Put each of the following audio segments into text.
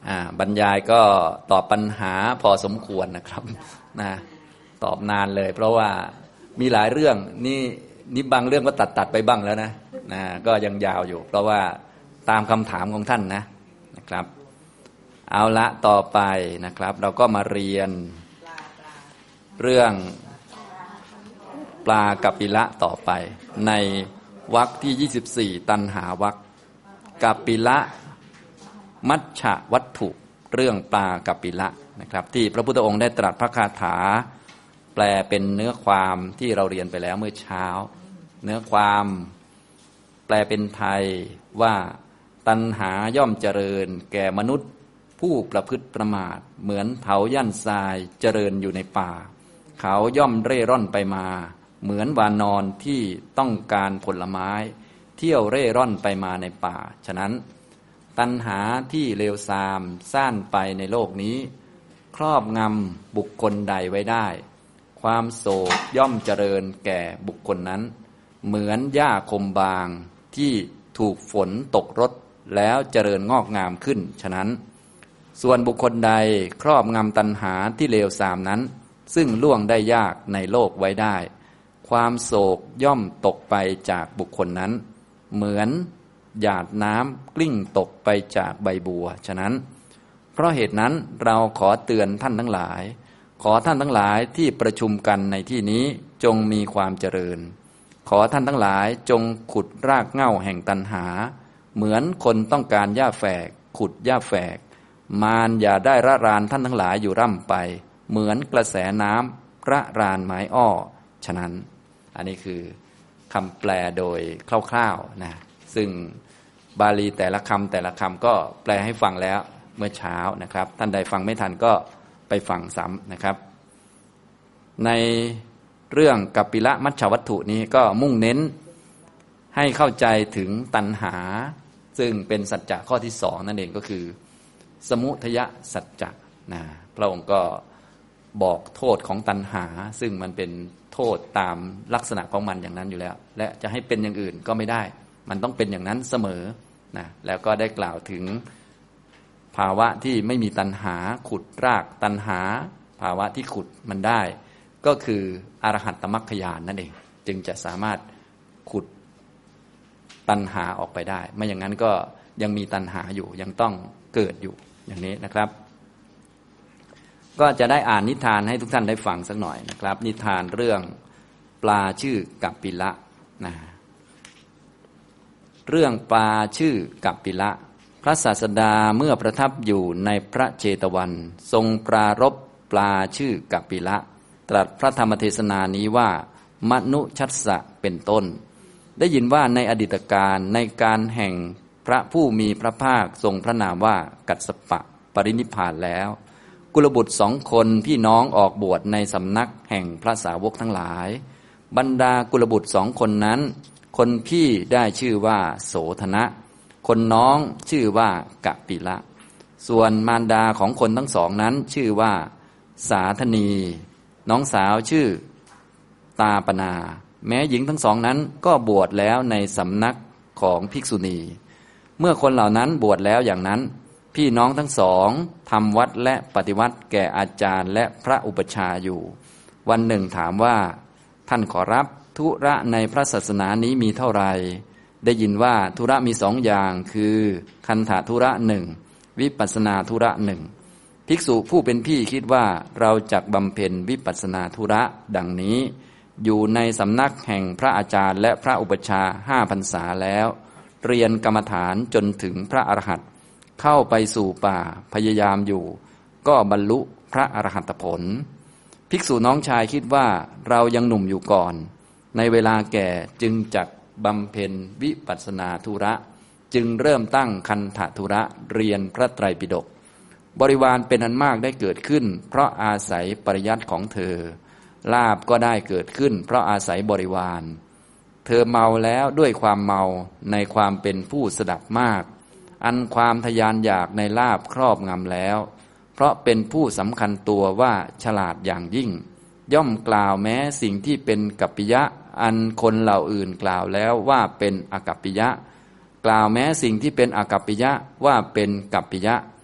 บรรยายก็ตอบปัญหาพอสมควรนะครับนะตอบนานเลยเพราะว่ามีหลายเรื่องนี่บางเรื่องก็ตัดไปบ้างแล้วนะก็ยังยาวอยู่เพราะว่าตามคำถามของท่านนะครับเอาละต่อไปนะครับเราก็มาเรียนเรื่องปลากัปปิละต่อไปในวรรคที่24ตัณหาวรรคกัปปิละมัชฌวัตถุเรื่องปลากัปปิละนะครับที่พระพุทธองค์ได้ตรัสพระคาถาแปลเป็นเนื้อความที่เราเรียนไปแล้วเมื่อเช้าเนื้อความแปลเป็นไทยว่าตัณหาย่อมเจริญแก่มนุษย์ผู้ประพฤติประมาทเหมือนเถาญั่นทรายเจริญอยู่ในป่าเขาย่อมเร่ร่อนไปมาเหมือนวานนอนที่ต้องการผลไม้เที่ยวเร่ร่อนไปมาในป่าฉะนั้นตัณหาที่เลวทรามซ่านไปในโลกนี้ครอบงำบุคคลใดไว้ได้ความโศกย่อมเจริญแก่บุคคลนั้นเหมือนหญ้าคมบางที่ถูกฝนตกรดแล้วเจริญงอกงามขึ้นฉะนั้นส่วนบุคคลใดครอบงำตัณหาที่เลวทรามนั้นซึ่งล่วงได้ยากในโลกไว้ได้ความโศกย่อมตกไปจากบุคคลนั้นเหมือนหยาดน้ำกลิ้งตกไปจากใบบัวฉะนั้นเพราะเหตุนั้นเราขอเตือนท่านทั้งหลายขอท่านทั้งหลายที่ประชุมกันในที่นี้จงมีความเจริญขอท่านทั้งหลายจงขุดรากเหง้าแห่งตัณหาเหมือนคนต้องการหญ้าแฝกขุดหญ้าแฝกมารอย่าได้ระรานท่านทั้งหลายอยู่ร่ำไปเหมือนกระแสน้ำระรานไม้อ้อฉะนั้นอันนี้คือคำแปลโดยคร่าวๆนะซึ่งบาลีแต่ละคำก็แปลให้ฟังแล้วเมื่อเช้านะครับท่านใดฟังไม่ทันก็ไปฟังซ้ำนะครับในเรื่องกัปปิละมัชฌวัตถุนี้ก็มุ่งเน้นให้เข้าใจถึงตัณหาซึ่งเป็นสัจจะข้อที่2นั่นเองก็คือสมุทัยสัจจะนะพระองค์ก็บอกโทษของตัณหาซึ่งมันเป็นโทษตามลักษณะของมันอย่างนั้นอยู่แล้วและจะให้เป็นอย่างอื่นก็ไม่ได้มันต้องเป็นอย่างนั้นเสมอนะแล้วก็ได้กล่าวถึงภาวะที่ไม่มีตัณหาขุดรากตัณหาภาวะที่ขุดมันได้ก็คืออรหัตตมรรคญาณนั่นเองจึงจะสามารถขุดตัณหาออกไปได้ไม่อย่างนั้นก็ยังมีตัณหาอยู่ยังต้องเกิดอยู่อย่างนี้นะครับก็จะได้อ่านนิทานให้ทุกท่านได้ฟังสักหน่อยนะครับนิทานเรื่องปลาชื่อกัปปิละนะเรื่องปลาชื่อกัปปิละพระศาสดาเมื่อประทับอยู่ในพระเจตวันทรงปรารภปลาชื่อกัปปิละตรัสพระธรรมเทศนานี้ว่ามนุชัสสะเป็นต้นได้ยินว่าในอดีตการในการแห่งพระผู้มีพระภาคทรงพระนามว่ากัสสปะปรินิพพานแล้วกุลบุตร2 คนพี่น้องออกบวชในสำนักแห่งพระสาวกทั้งหลายบรรดากุลบุตร2 คนนั้นคนพี่ได้ชื่อว่าโสธนะคนน้องชื่อว่ากัปปิละส่วนมารดาของคนทั้งสองนั้นชื่อว่าสาธนีน้องสาวชื่อตาปนาแม้หญิงทั้งสองนั้นก็บวชแล้วในสำนักของภิกษุณีเมื่อคนเหล่านั้นบวชแล้วอย่างนั้นพี่น้องทั้งสองทำวัดและปฏิวัติแก่อาจารย์และพระอุปัชฌาย์อยู่วันหนึ่งถามว่าท่านขอรับธุระในพระศาสนานี้มีเท่าไหร่ได้ยินว่าธุระมี2 อย่างคือคันธธุระ1วิปัสสนาธุระ1ภิกษุผู้เป็นพี่คิดว่าเราจักบำเพ็ญวิปัสสนาธุระดังนี้อยู่ในสำนักแห่งพระอาจารย์และพระอุปัชฌาย์5 พรรษาแล้วเรียนกรรมฐานจนถึงพระอรหันต์เข้าไปสู่ป่าพยายามอยู่ก็บรรลุพระอรหันตผลภิกษุน้องชายคิดว่าเรายังหนุ่มอยู่ก่อนในเวลาแก่จึงจักบำเพ็ญวิปัสสนาธุระจึงเริ่มตั้งคันธธุระเรียนพระไตรปิฎกบริวารเป็นอันมากได้เกิดขึ้นเพราะอาศัยปริยัติของเธอลาภก็ได้เกิดขึ้นเพราะอาศัยบริวารเธอเมาแล้วด้วยความเมาในความเป็นผู้สดับมากอันความทยานอยากในลาภครอบงำแล้วเพราะเป็นผู้สำคัญตัวว่าฉลาดอย่างยิ่งย่อมกล่าวแม้สิ่งที่เป็นกัปปิยะอันคนเหล่าอื่นกล่าวแล้วว่าเป็นอกัปปิยะกล่าวแม้สิ่งที่เป็นอกัปปิยะว่าเป็นกัปปิยะ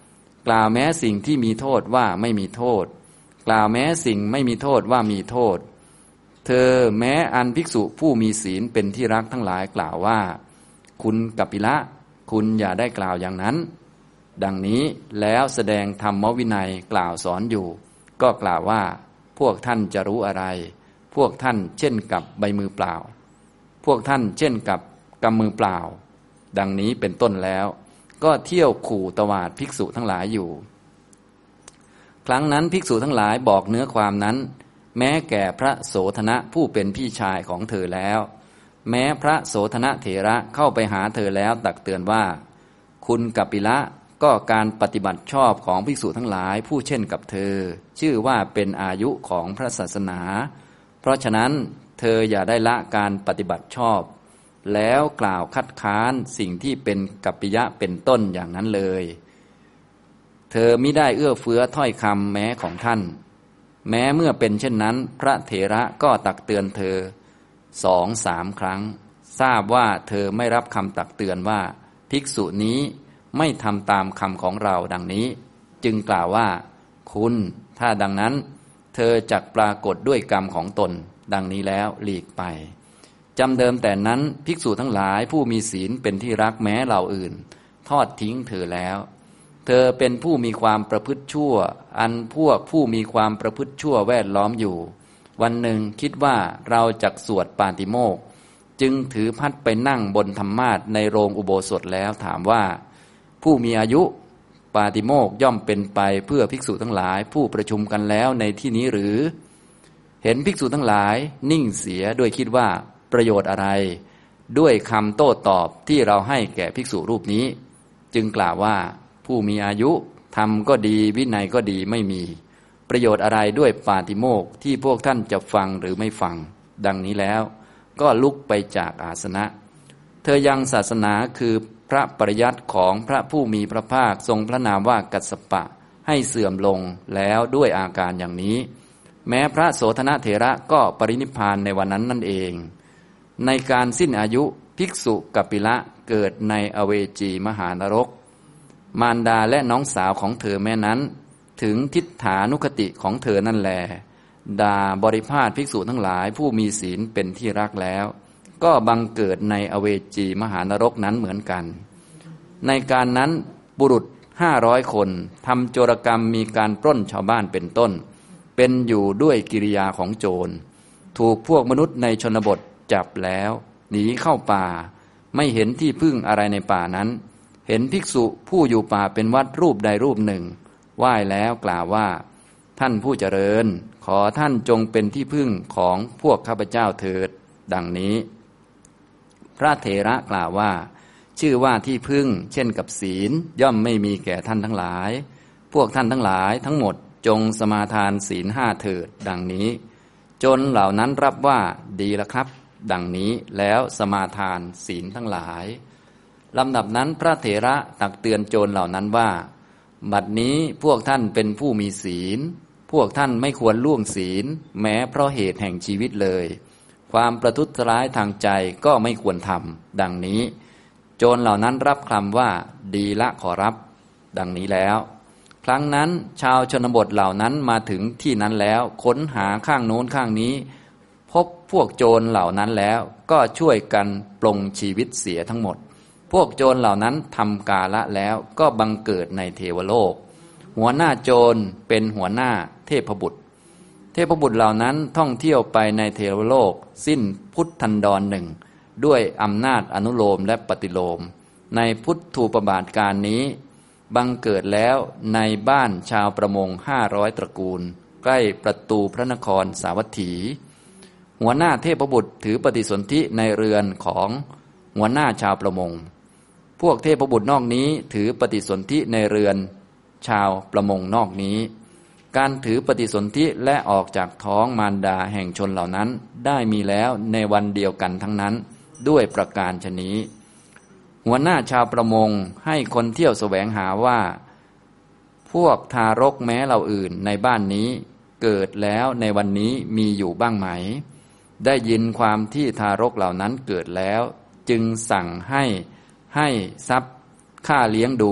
กล่าวแม้สิ่งที่มีโทษว่าไม่มีโทษกล่าวแม้สิ่งไม่มีโทษว่ามีโทษเธอแม้อันภิกษุผู้มีศีลเป็นที่รักทั้งหลายกล่าวว่าคุณกัปปิละคุณอย่าได้กล่าวอย่างนั้นดังนี้แล้วแสดงธรรมวินัยกล่าวสอนอยู่ก็กล่าวว่าพวกท่านจะรู้อะไรพวกท่านเช่นกับใบมือเปล่าพวกท่านเช่นกับกำมือเปล่าดังนี้เป็นต้นแล้วก็เที่ยวขู่ตวาดภิกษุทั้งหลายอยู่ครั้งนั้นภิกษุทั้งหลายบอกเนื้อความนั้นแม้แก่พระโสธนะผู้เป็นพี่ชายของเธอแล้วแม้พระโสธนะเถระเข้าไปหาเธอแล้วตักเตือนว่าคุณกัปปิละก็การปฏิบัติชอบของภิกษุทั้งหลายผู้เช่นกับเธอชื่อว่าเป็นอายุของพระศาสนาเพราะฉะนั้นเธออย่าได้ละการปฏิบัติชอบแล้วกล่าวคัดค้านสิ่งที่เป็นกัปปิยะเป็นต้นอย่างนั้นเลยเธอมิได้เอื้อเฟื้อถ้อยคำแม้ของท่านแม้เมื่อเป็นเช่นนั้นพระเถระก็ตักเตือนเธอ2-3 ครั้งทราบว่าเธอไม่รับคำตักเตือนว่าภิกษุนี้ไม่ทำตามคำของเราดังนี้จึงกล่าวว่าคุณถ้าดังนั้นเธอจักปรากฏด้วยกรรมของตนดังนี้แล้วหลีกไปจำเดิมแต่นั้นภิกษุทั้งหลายผู้มีศีลเป็นที่รักแม้เหล่าอื่นทอดทิ้งเธอแล้วเธอเป็นผู้มีความประพฤติชั่วอันพวกผู้มีความประพฤติชั่วแวดล้อมอยู่วันหนึ่งคิดว่าเราจักสวดปาติโมกข์จึงถือพัดไปนั่งบนธรรมาสน์ในโรงอุโบสถแล้วถามว่าผู้มีอายุปาติโมกข์ย่อมเป็นไปเพื่อภิกษุทั้งหลายผู้ประชุมกันแล้วในที่นี้หรือเห็นภิกษุทั้งหลายนิ่งเสียด้วยคิดว่าประโยชน์อะไรด้วยคำโต้ตอบที่เราให้แก่ภิกษุรูปนี้จึงกล่าวว่าผู้มีอายุธรรมก็ดีวินัยก็ดีไม่มีประโยชน์อะไรด้วยปาติโมกข์ที่พวกท่านจะฟังหรือไม่ฟังดังนี้แล้วก็ลุกไปจากอาสนะเธอยังศาสนาคือพระปริยัติของพระผู้มีพระภาคทรงพระนามว่ากัสสปะให้เสื่อมลงแล้วด้วยอาการอย่างนี้แม้พระโสธนะเถระก็ปรินิพพานในวันนั้นนั่นเองในการสิ้นอายุภิกษุกัปปิละเกิดในอเวจีมหานรกมารดาและน้องสาวของเธอแม่นั้นถึงทิฏฐานุคติของเธอนั่นแลด่าบริพาทภิกษุทั้งหลายผู้มีศีลเป็นที่รักแล้วก็บังเกิดในอเวจีมหานรกนั้นเหมือนกันในการนั้นบุรุษ500 คนทำโจรกรรมมีการปล้นชาวบ้านเป็นต้นเป็นอยู่ด้วยกิริยาของโจรถูกพวกมนุษย์ในชนบทจับแล้วหนีเข้าป่าไม่เห็นที่พึ่งอะไรในป่านั้นเห็นภิกษุผู้อยู่ป่าเป็นวัดรูปใดรูปหนึ่งไหว้แล้วกล่าวว่าท่านผู้เจริญขอท่านจงเป็นที่พึ่งของพวกข้าพเจ้าเถิดดังนี้พระเถระกล่าวว่าชื่อว่าที่พึ่งเช่นกับศีลย่อมไม่มีแก่ท่านทั้งหลายพวกท่านทั้งหลายทั้งหมดจงสมาทานศีล5เถิดดังนี้จนเหล่านั้นรับว่าดีแล้วครับดังนี้แล้วสมาทานศีลทั้งหลายลำดับนั้นพระเถระตักเตือนโจรเหล่านั้นว่าบัดนี้พวกท่านเป็นผู้มีศีลพวกท่านไม่ควรล่วงศีลแม้เพราะเหตุแห่งชีวิตเลยความประทุษร้ายทางใจก็ไม่ควรทำดังนี้โจรเหล่านั้นรับคำว่าดีละขอรับดังนี้แล้วครั้งนั้นชาวชนบทเหล่านั้นมาถึงที่นั้นแล้วค้นหาข้างโน้นข้างนี้พบพวกโจรเหล่านั้นแล้วก็ช่วยกันปลงชีวิตเสียทั้งหมดพวกโจรเหล่านั้นทำกาละแล้วก็บังเกิดในเทวโลกหัวหน้าโจรเป็นหัวหน้าเทพบุตรเทพบุตรเหล่านั้นท่องเที่ยวไปในเทวโลกสิ้นพุทธันดรหนึ่งด้วยอำนาจอนุโลมและปฏิโลมในพุทธูปบาทการนี้บังเกิดแล้วในบ้านชาวประมง500 ตระกูลใกล้ประตูพระนครสาวัตถีหัวหน้าเทพบุตรถือปฏิสนธิในเรือนของหัวหน้าชาวประมงพวกเทพบุตรนอกนี้ถือปฏิสนธิในเรือนชาวประมงนอกนี้การถือปฏิสนธิและออกจากท้องมารดาแห่งชนเหล่านั้นได้มีแล้วในวันเดียวกันทั้งนั้นด้วยประการฉะนี้หัวหน้าชาวประมงให้คนเที่ยวแสวงหาว่าพวกทารกแม้เราอื่นในบ้านนี้เกิดแล้วในวันนี้มีอยู่บ้างไหมได้ยินความที่ทารกเหล่านั้นเกิดแล้วจึงสั่งให้ทรัพย์ค่าเลี้ยงดู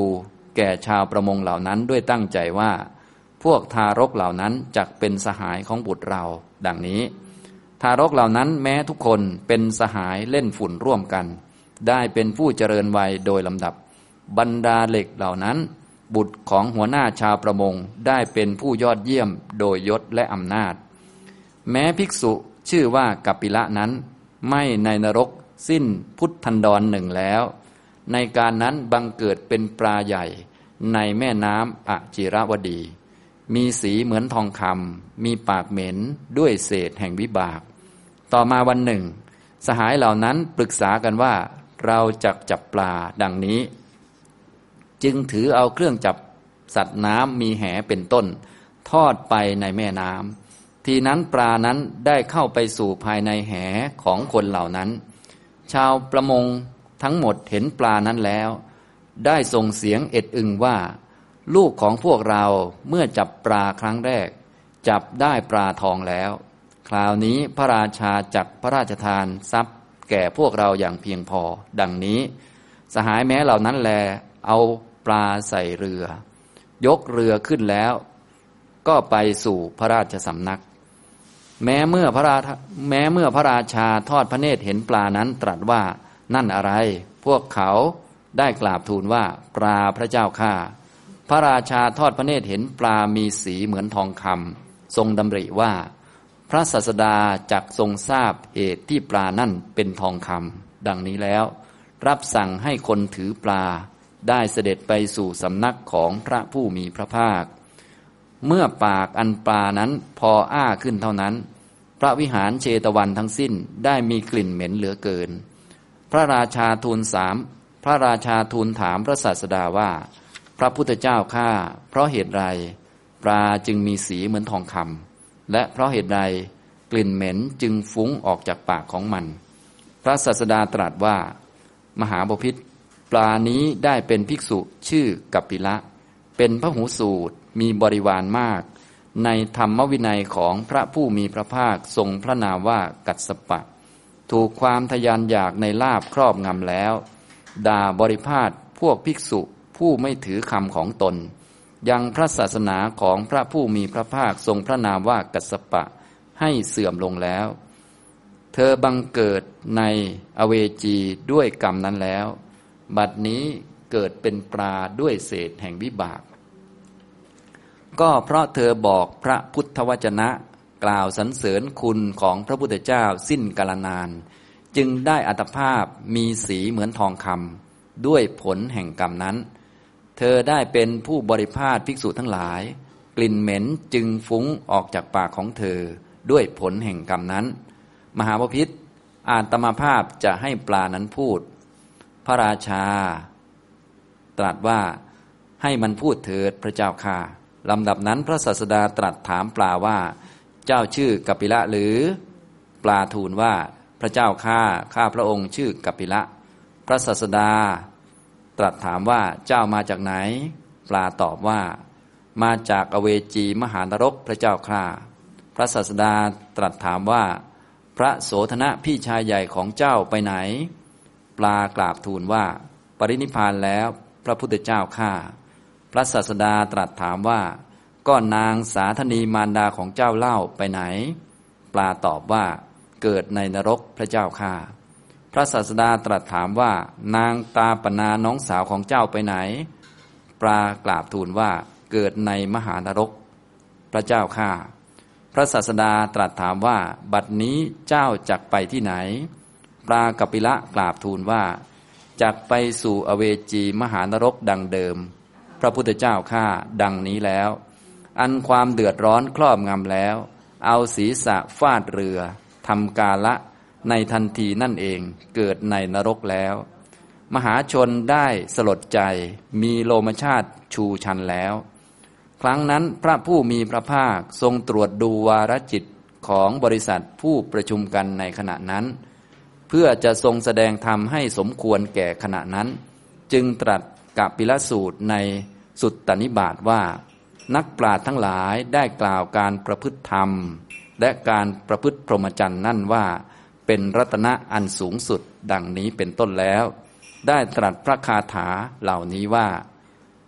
แก่ชาวประมงเหล่านั้นด้วยตั้งใจว่าพวกทารกเหล่านั้นจักเป็นสหายของบุตรเราดังนี้ทารกเหล่านั้นแม้ทุกคนเป็นสหายเล่นฝุ่นร่วมกันได้เป็นผู้เจริญวัยโดยลำดับบรรดาเหล็กเหล่านั้นบุตรของหัวหน้าชาวประมงได้เป็นผู้ยอดเยี่ยมโดยยศและอำนาจแม้ภิกษุชื่อว่ากัปปิละนั้นไม่ในนรกสิ้นพุทธันดรหนึ่งแล้วในการนั้นบังเกิดเป็นปลาใหญ่ในแม่น้ำอจิรวดีมีสีเหมือนทองคำมีปากเหม็นด้วยเศษแห่งวิบากต่อมาวันหนึ่งสหายเหล่านั้นปรึกษากันว่าเราจักจับปลาดังนี้จึงถือเอาเครื่องจับสัตว์น้ำมีแหเป็นต้นทอดไปในแม่น้ำทีนั้นปลานั้นได้เข้าไปสู่ภายในแหของคนเหล่านั้นชาวประมงทั้งหมดเห็นปลานั้นแล้วได้ส่งเสียงเอ็ดอึงว่าลูกของพวกเราเมื่อจับปลาครั้งแรกจับได้ปลาทองแล้วคราวนี้พระราชาจักพระราชทานทรัพย์แก่พวกเราอย่างเพียงพอดังนี้สหายแม้เหล่านั้นแลเอาปลาใส่เรือยกเรือขึ้นแล้วก็ไปสู่พระราชสำนักแม้เมื่อพระราชาทอดพระเนตรเห็นปลานั้นตรัสว่านั่นอะไรพวกเขาได้กราบทูลว่าปลาพระเจ้าข้าพระราชาทอดพระเนตรเห็นปลามีสีเหมือนทองคำทรงดำริว่าพระศาสดาจักทรงทราบเหตุที่ปลานั่นเป็นทองคำดังนี้แล้วรับสั่งให้คนถือปลาได้เสด็จไปสู่สำนักของพระผู้มีพระภาคเมื่อปากอันปลานั้นพออ้าขึ้นเท่านั้นพระวิหารเชตวันทั้งสิ้นได้มีกลิ่นเหม็นเหลือเกินพระราชาทูลถามพระศาสดาว่าพระพุทธเจ้าข้าเพราะเหตุไรปลาจึงมีสีเหมือนทองคำและเพราะเหตุใดกลิ่นเหม็นจึงฟุ้งออกจากปากของมันพระศาสดาตรัสว่ามหาบพิตรปลานี้ได้เป็นภิกษุชื่อกัปปิละเป็นพหูสูตรมีบริวารมากในธรรมวินัยของพระผู้มีพระภาคทรงพระนามว่ากัสสปะถูกความทยานอยากในลาภครอบงำแล้วด่าบริพาทพวกภิกษุผู้ไม่ถือคำของตนยังพระศาสนาของพระผู้มีพระภาคทรงพระนามว่ากัสสปะให้เสื่อมลงแล้วเธอบังเกิดในอเวจีด้วยกรรมนั้นแล้วบัดนี้เกิดเป็นปลาด้วยเศษแห่งวิบากก็เพราะเธอบอกพระพุทธวจนะกล่าวสรรเสริญคุณของพระพุทธเจ้าสิ้นกาลนานจึงได้อัตภาพมีสีเหมือนทองคำด้วยผลแห่งกรรมนั้นเธอได้เป็นผู้บริพาทภิกษุทั้งหลายกลิ่นเหม็นจึงฟุ้งออกจากปากของเธอด้วยผลแห่งกรรมนั้นมหาบพิตรอาตมาภาพจะให้ปลานั้นพูดพระราชาตรัสว่าให้มันพูดเถิดพระเจ้าข้าลำดับนั้นพระศาสดาตรัสถามปลาว่าเจ้าชื่อกัปปิละหรือปลาทูลว่าพระเจ้าข้าพระองค์ชื่อกัปปิละพระศาสดาตรัสถามว่าเจ้ามาจากไหนปลาตอบว่ามาจากอเวจีมหานรกพระเจ้าข้าพระศาสดาตรัสถามว่าพระโสธนะพี่ชายใหญ่ของเจ้าไปไหนปลากราบทูลว่าปรินิพพานแล้วพระพุทธเจ้าข้าพระศาสดาตรัสถามว่าก็นางสาธนีมารดาของเจ้าเล่าไปไหนปลาตอบว่าเกิดในนรกพระเจ้าข้าพระศาสดาตรัสถามว่านางตาปนาน้องสาวของเจ้าไปไหนปลากราบทูลว่าเกิดในมหานรกพระเจ้าข้าพระศาสดาตรัสถามว่าบัดนี้เจ้าจักไปที่ไหนปลากัปปิละกราบทูลว่าจักไปสู่อเวจีมหานรกดังเดิมพระพุทธเจ้าข้าดังนี้แล้วอันความเดือดร้อนครอบงำแล้วเอาศีรษะฟาดเรือทำกาละในทันทีนั่นเองเกิดในนรกแล้วมหาชนได้สลดใจมีโลมชาติชูชันแล้วครั้งนั้นพระผู้มีพระภาคทรงตรวจดูวารจิตของบริษัทผู้ประชุมกันในขณะนั้นเพื่อจะทรงแสดงธรรมให้สมควรแก่ขณะนั้นจึงตรัสกัปปิลสูตรในสุตตนิบาตว่านักปราชญ์ทั้งหลายได้กล่าวการประพฤติธรรมและการประพฤติพรหมจรรย์นั่นว่าเป็นรัตนะอันสูงสุดดังนี้เป็นต้นแล้วได้ตรัสพระคาถาเหล่านี้ว่า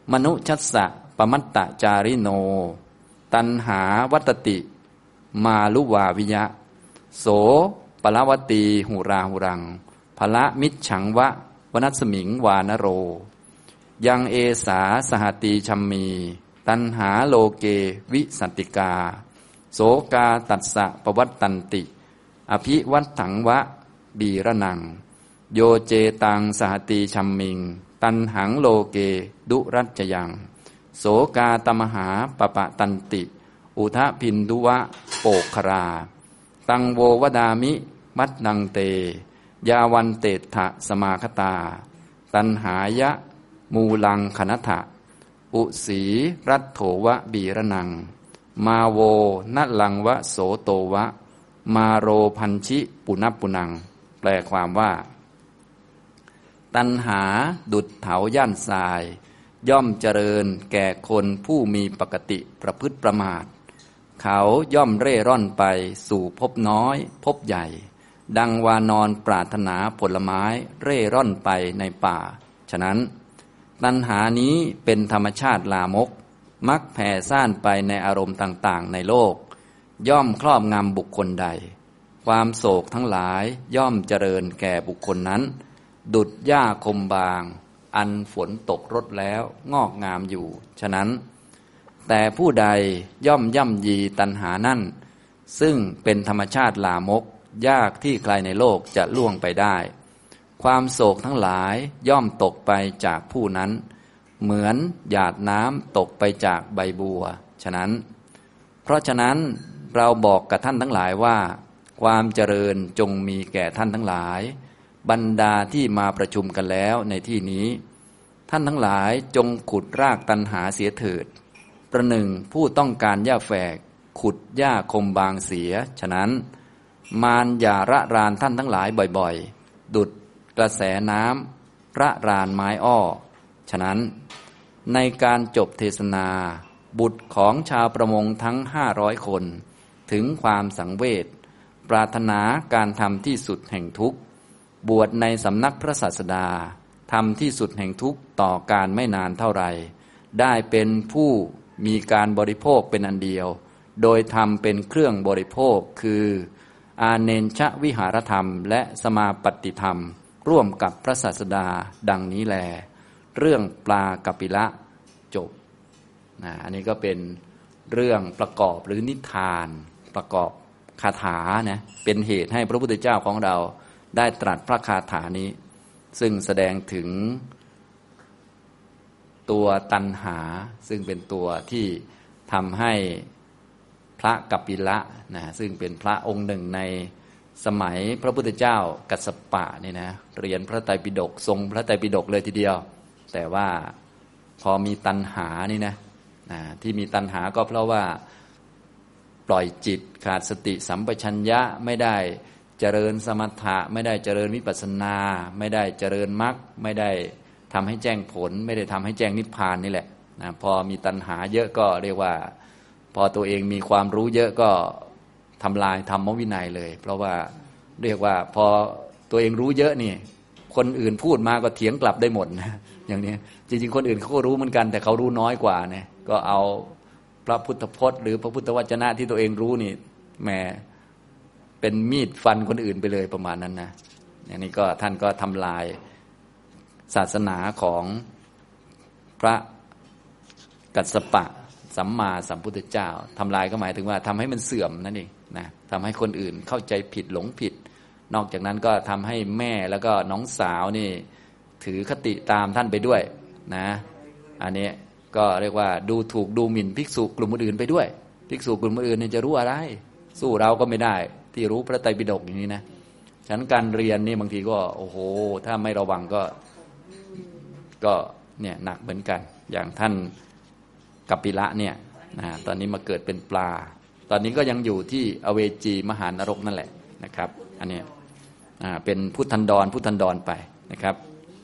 มนุชัสสะปมัตตจาริโนตัณหาวัตติมาลุวาวิยะโสปลวตีหุราหุรังภละมิจฉังวะวนัสมิงวานโรยังเอสาสหตีชัมมีตัณหาโลเกวิสันติกาโสกาตัสสะปวัตตันติอภิวัตถังวะบีระนังโยเจตังสหตีชัมมิงตัณหังโลเกดุรัจจยังโสกาตมหาปปะตันติอุทะพินดุวะโปกคราตังโววดามิมัดนังเตยาวันเตถะสมาคตาตัณหายะมูลังคณถะอุสีรัตโถวะบีระนังมาโวนลังวะโสโตวะมาโรพันชิปุณปุนังแปลความว่าตัณหาดุจเถาย่านทรายย่อมเจริญแก่คนผู้มีปกติประพฤติประมาทเขาย่อมเร่ร่อนไปสู่ภพน้อยภพใหญ่ดังวานอนปรารถนาผลไม้เร่ร่อนไปในป่าฉะนั้นตัณหานี้เป็นธรรมชาติลามกมักแผ่ซ่านไปในอารมณ์ต่างๆในโลกย่อมครอบงำบุคคลใดความโศกทั้งหลายย่อมเจริญแก่บุคคลนั้นดุจหญ้าคมบางอันฝนตกรดแล้วงอกงามอยู่ฉะนั้นแต่ผู้ใดย่อมย่ำยีตัณหานั่นซึ่งเป็นธรรมชาติลามกยากที่ใครในโลกจะล่วงไปได้ความโศกทั้งหลายย่อมตกไปจากผู้นั้นเหมือนหยาดน้ำตกไปจากใบบัวฉะนั้นเพราะฉะนั้นเราบอกกับท่านทั้งหลายว่าความเจริญจงมีแก่ท่านทั้งหลายบรรดาที่มาประชุมกันแล้วในที่นี้ท่านทั้งหลายจงขุดรากตัณหาเสียเถิดประหนึ่งผู้ต้องการหญ้าแฝกขุดหญ้าคมบางเสียฉะนั้นมารอย่าระรานท่านทั้งหลายบ่อยๆดุจกระแสน้ำระรานไม้อ้อฉะนั้นในการจบเทศนาบุตรของชาวประมงทั้ง500 คนถึงความสังเวชปรารถนาการทำที่สุดแห่งทุกข์บวชในสำนักพระศาสดาทำที่สุดแห่งทุกข์ต่อการไม่นานเท่าไรได้เป็นผู้มีการบริโภคเป็นอันเดียวโดยทำเป็นเครื่องบริโภคคืออาเนนชวิหารธรรมและสมาปฏิธรรมร่วมกับพระศาสดาดังนี้แลเรื่องปลากัปปิละจบอันนี้ก็เป็นเรื่องประกอบหรือนิทานประกอบคาถานะเป็นเหตุให้พระพุทธเจ้าของเราได้ตรัสพระคาถานี้ซึ่งแสดงถึงตัวตัณหาซึ่งเป็นตัวที่ทำให้พระกัปปิละนะซึ่งเป็นพระองค์หนึ่งในสมัยพระพุทธเจ้ากัสสปะนี่นะเรียนพระไตรปิฎกทรงพระไตรปิฎกเลยทีเดียวแต่ว่าพอมีตัณหานี่นะที่มีตัณหาก็เพราะว่าปล่อยจิตขาดสติสัมปชัญญะไม่ได้เจริญสมถะไม่ได้เจริญวิปัสสนาไม่ได้เจริญมรรคไม่ได้ทำให้แจ้งผลไม่ได้ทำให้แจ้งนิพพานนี่แหละพอมีตัณหาเยอะก็เรียกว่าพอตัวเองมีความรู้เยอะก็ทำลายธรรมวินัยเลยเพราะว่าเรียกว่าพอตัวเองรู้เยอะนี่คนอื่นพูดมาก็เถียงกลับได้หมดนะอย่างนี้จริงๆคนอื่นเขาก็รู้เหมือนกันแต่เขารู้น้อยกว่าเนี่ยก็เอาพระพุทธพจน์หรือพระพุทธวจนะที่ตัวเองรู้นี่แหมเป็นมีดฟันคนอื่นไปเลยประมาณนั้นนะอย่างนี้ก็ท่านก็ทำลายศาสนาของพระกัสสปะสัมมาสัมพุทธเจ้าทำลายก็หมายถึงว่าทำให้มันเสื่อมนั่นเองนะทำให้คนอื่นเข้าใจผิดหลงผิดนอกจากนั้นก็ทำให้แม่แล้วก็น้องสาวนี่ถือคติตามท่านไปด้วยนะอันนี้ก็เรียกว่าดูถูกดูหมิ่นภิกษุกลุ่มอื่นไปด้วยภิกษุกลุ่มอื่นเนี่ยจะรู้อะไรสู้เราก็ไม่ได้ที่รู้พระไตรปิฎกอย่างนี้นะฉะนั้นการเรียนนี่บางทีก็โอ้โหถ้าไม่ระวังก็เนี่ยหนักเหมือนกันอย่างท่านกัปปิละเนี่ยตอนนี้มาเกิดเป็นปลาตอนนี้ก็ยังอยู่ที่อเวจีมหานรกนั่นแหละนะครับอันนี้เป็นพุทธันดรไปนะครับ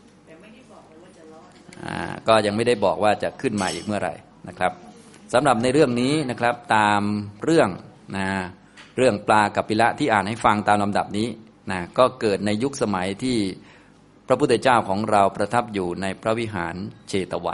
ก็ยังไม่ได้บอกว่าจะขึ้นมาอีกเมื่อไหร่นะครับสำหรับในเรื่องนี้นะครับตามเรื่องเรื่องปลากัปปิละที่อ่านให้ฟังตามลำดับนี้นะก็เกิดในยุคสมัยที่พระพุทธเจ้าของเราประทับอยู่ในพระวิหารเชตวัน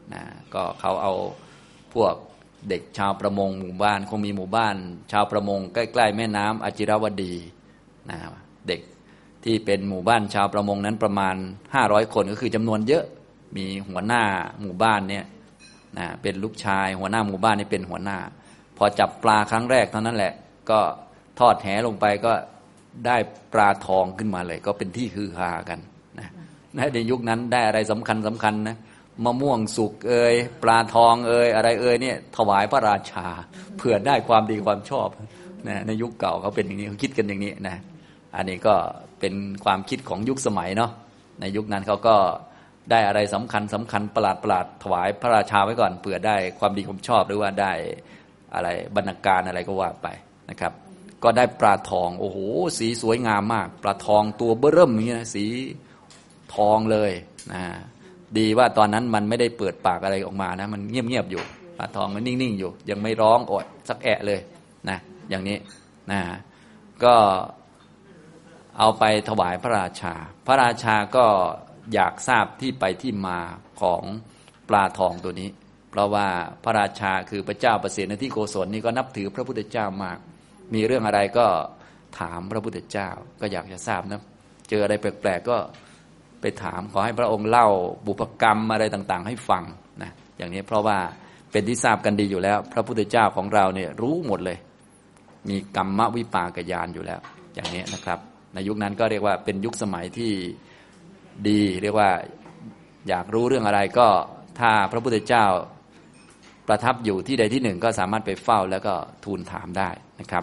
นะก็เขาเอาพวกเด็กชาวประมงหมู่บ้านคงมีหมู่บ้านชาวประมงใกล้ๆแม่น้ำอจิรวดีนะเด็กที่เป็นหมู่บ้านชาวประมงนั้นประมาณ500คนก็คือจำนวนเยอะมีหัวหน้าหมู่บ้านเนี่ยนะเป็นลูกชายหัวหน้าหมู่บ้านนี่เป็นหัวหน้าพอจับปลาครั้งแรกเท่านั้นแหละก็ทอดแหลงไปก็ได้ปลาทองขึ้นมาเลยก็เป็นที่ฮือฮากันนะในยุคนั้นได้อะไรสำคัญนะมะม่วงสุกปลาทองอะไรเนี่ยถวายพระราชาเผื่อได้ความดีความชอบนะในยุคเก่าเขาเป็นอย่างนี้เขาคิดกันอย่างนี้นะอันนี้ก็เป็นความคิดของยุคสมัยเนาะในยุคนั้นเขาก็ได้อะไรสำคัญประหลาดถวายพระราชาไว้ก่อนเผื่อได้ความดีความชอบหรือว่าได้อะไรบรรณาการอะไรก็ว่าไปนะครับก็ได้ปลาทองโอ้โหสีสวยงามมากปลาทองตัวเบ้อเริ่มอย่างนี้นะสีทองเลยนะดีว่าตอนนั้นมันไม่ได้เปิดปากอะไรออกมานะมันเงียบอยู่ปลาทองมันนิ่งๆอยู่ยังไม่ร้องอดสักแอะเลยนะอย่างนี้นะก็เอาไปถวายพระราชาพระราชาก็อยากทราบที่ไปที่มาของปลาทองตัวนี้เพราะว่าพระราชาคือพระเจ้าประเสนที่โกศลนี่ก็นับถือพระพุทธเจ้ามากมีเรื่องอะไรก็ถามพระพุทธเจ้าก็อยากจะทราบนะเจออะไรแปลกๆก็ไปถามขอให้พระองค์เล่าบุพกรรมอะไรต่างๆให้ฟังนะอย่างนี้เพราะว่าเป็นที่ทราบกันดีอยู่แล้วพระพุทธเจ้าของเราเนี่ยรู้หมดเลยมีกัมมวิปากญาณอยู่แล้วอย่างนี้นะครับในยุคนั้นก็เรียกว่าเป็นยุคสมัยที่ดีเรียกว่าอยากรู้เรื่องอะไรก็ถ้าพระพุทธเจ้าประทับอยู่ที่ใดที่หนึ่งก็สามารถไปเฝ้าแล้วก็ทูลถามได้นะครับ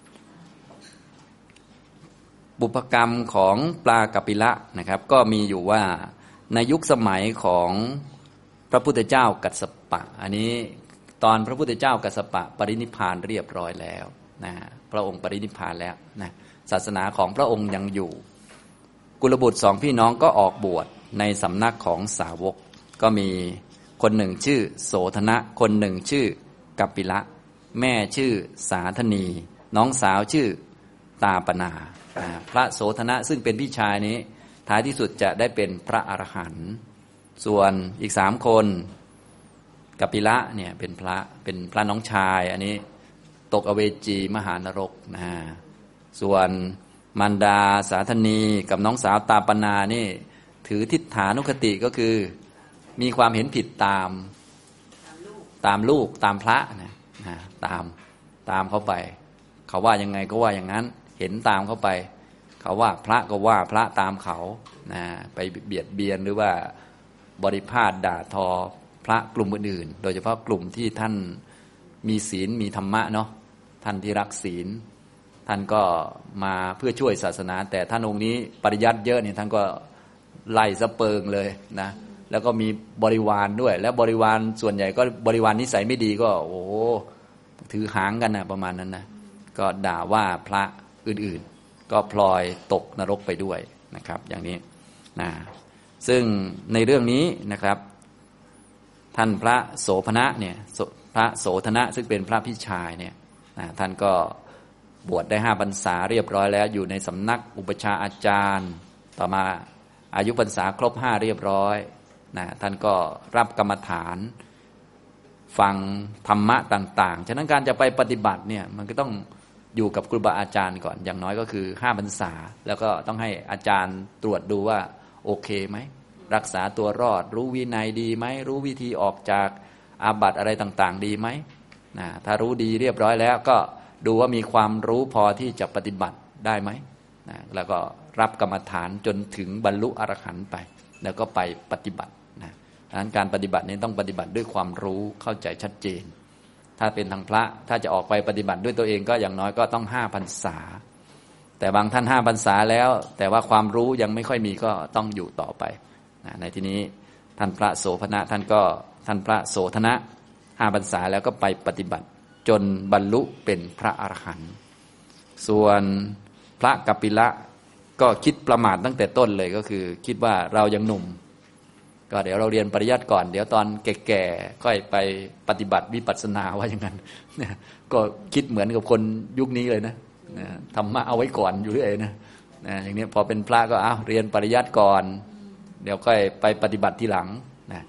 บุพกรรมของปลากัปปิละนะครับก็มีอยู่ว่าในยุคสมัยของพระพุทธเจ้ากัสสปะอันนี้ตอนพระพุทธเจ้ากัสสปะปรินิพพานเรียบร้อยแล้วนะพระองค์ปรินิพพานแล้วนะศาสนาของพระองค์ยังอยู่กุลบุตรสองพี่น้องก็ออกบวชในสำนักของสาวกก็มีคนหนึ่งชื่อโสธนะคนหนึ่งชื่อกัปปิละแม่ชื่อสาธนีน้องสาวชื่อตาปนาพระโสธนะซึ่งเป็นพี่ชายนี้ท้ายที่สุดจะได้เป็นพระอรหันต์ส่วนอีก3คนกัปปิละเนี่ยเป็นพระน้องชายอันนี้ตกอเวจีมหานรกนะส่วนมารดาสาธนีกับน้องสาวตาปนานี่ถือทิฏฐานุคติก็คือมีความเห็นผิดตามลูกตามพระนะตามเขาไปเขาว่ายังไงก็ว่าอย่างนั้นเห็นตามเขาไปเขาว่าพระก็ว่าพระตามเขานะไปเบียดเบียนหรือว่าบริพาทด่าทอพระกลุ่มอื่นๆโดยเฉพาะกลุ่มที่ท่านมีศีลมีธรรมะเนาะท่านที่รักศีลท่านก็มาเพื่อช่วยศาสนาแต่ท่านองค์นี้ปริยัติเยอะเนี่ยท่านก็ไล่สะเปิงเลยนะแล้วก็มีบริวารด้วยและบริวารส่วนใหญ่ก็บริวารนิสัยไม่ดีก็โอ้ถือหางกันนะประมาณนั้นนะก็ด่าว่าพระอื่นๆก็พลอยตกนรกไปด้วยนะครับอย่างนี้นะซึ่งในเรื่องนี้นะครับท่านพระโสภณะเนี่ยพระโสธนะซึ่งเป็นพระพี่ชายเนี่ยนะท่านก็บวชได้5 พรรษาเรียบร้อยแล้วอยู่ในสำนักอุปชาอาจารย์ต่อมาอายุพรรษาครบ5เรียบร้อยนะท่านก็รับกรรมฐานฟังธรรมะต่างๆฉะนั้นการจะไปปฏิบัติเนี่ยมันก็ต้องอยู่กับครูบาอาจารย์ก่อนอย่างน้อยก็คือ5 พรรษาแล้วก็ต้องให้อาจารย์ตรวจดูว่าโอเคไหมรักษาตัวรอดรู้วินัยดีไหมรู้วิธีออกจากอาบัติอะไรต่างๆดีไหมนะถ้ารู้ดีเรียบร้อยแล้วก็ดูว่ามีความรู้พอที่จะปฏิบัติได้ไหมนะแล้วก็รับกรรมฐานจนถึงบรรลุอรหันต์ไปแล้วก็ไปปฏิบัตินะดังนั้นการปฏิบัตินี้ต้องปฏิบัติด้วยความรู้เข้าใจชัดเจนถ้าเป็นทางพระถ้าจะออกไปปฏิบัติด้วยตัวเองก็อย่างน้อยก็ต้อง5 พรรษาแต่บางท่าน5 พรรษาแล้วแต่ว่าความรู้ยังไม่ค่อยมีก็ต้องอยู่ต่อไปนะในที่นี้ท่านพระโสภณะท่านพระโสธนะ5 พรรษาแล้วก็ไปปฏิบัติจนบรรลุเป็นพระอรหันต์ส่วนพระกัปปิละก็คิดประมาทตั้งแต่ต้นเลยก็คือคิดว่าเรายังหนุ่มก็เดี๋ยวเราเรียนปริยัติก่อนเดี๋ยวตอนแก่ๆค่อยไปปฏิบัติวิปัสสนาว่าอย่างนั้นก็คิดเหมือนกับคนยุคนี้เลยนะธรรมะเอาไว้ก่อนอยู่เรื่อยนะอย่างนี้พอเป็นพระก็เรียนปริยัติก่อนเดี๋ยวค่อยไปปฏิบัติทีหลังนะค